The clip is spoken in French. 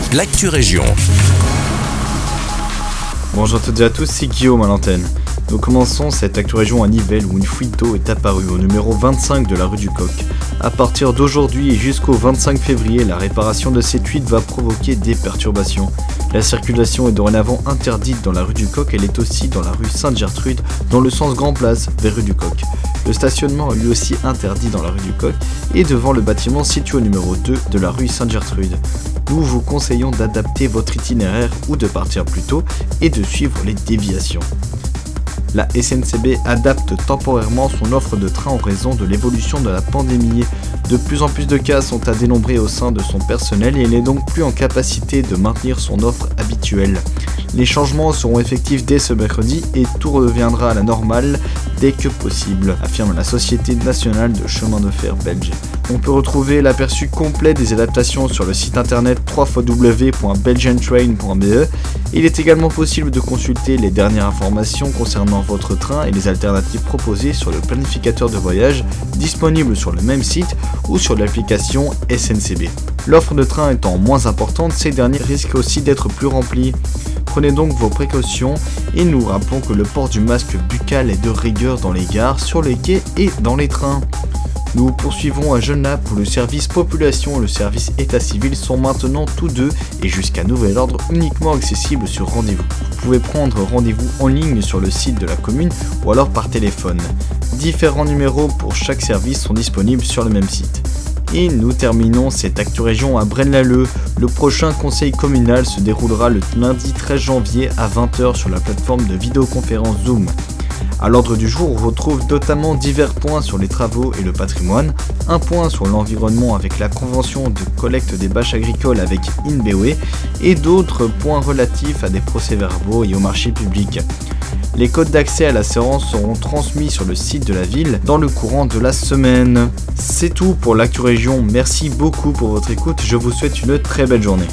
l'actu région. Bonjour à toutes et à tous, c'est Guillaume à l'antenne. Nous commençons cette actu région à Nivelles où une fuite d'eau est apparue au numéro 25 de la rue du Coq. À partir d'aujourd'hui et jusqu'au 25 février, la réparation de cette fuite va provoquer des perturbations. La circulation est dorénavant interdite dans la rue du Coq, elle est aussi dans la rue Sainte-Gertrude, dans le sens Grand Place vers rue du Coq. Le stationnement est lui aussi interdit dans la rue du Coq et devant le bâtiment situé au numéro 2 de la rue Sainte-Gertrude. Nous vous conseillons d'adapter votre itinéraire ou de partir plus tôt et de suivre les déviations. La SNCB adapte temporairement son offre de train en raison de l'évolution de la pandémie. De plus en plus de cas sont à dénombrer au sein de son personnel et elle n'est donc plus en capacité de maintenir son offre habituelle. Les changements seront effectifs dès ce mercredi et tout reviendra à la normale dès que possible, affirme la Société nationale de chemin de fer belge. On peut retrouver l'aperçu complet des adaptations sur le site internet www.belgiantrain.be. Il est également possible de consulter les dernières informations concernant votre train et les alternatives proposées sur le planificateur de voyage disponible sur le même site ou sur l'application SNCB. L'offre de train étant moins importante, ces derniers risquent aussi d'être plus remplis. Prenez donc vos précautions et nous rappelons que le port du masque buccal est de rigueur dans les gares, sur les quais et dans les trains. Nous poursuivons à Genappe où le service population et le service état civil sont maintenant tous deux et jusqu'à nouvel ordre uniquement accessibles sur rendez-vous. Vous pouvez prendre rendez-vous en ligne sur le site de la commune ou alors par téléphone. Différents numéros pour chaque service sont disponibles sur le même site. Et nous terminons cette actu région à Braine-l'Alleud. Le prochain conseil communal se déroulera le lundi 13 janvier à 20h sur la plateforme de vidéoconférence Zoom. À l'ordre du jour, on retrouve notamment divers points sur les travaux et le patrimoine, un point sur l'environnement avec la convention de collecte des bâches agricoles avec INBEWE et d'autres points relatifs à des procès-verbaux et au marché public. Les codes d'accès à la séance seront transmis sur le site de la ville dans le courant de la semaine. C'est tout pour l'actu région, merci beaucoup pour votre écoute, je vous souhaite une très belle journée.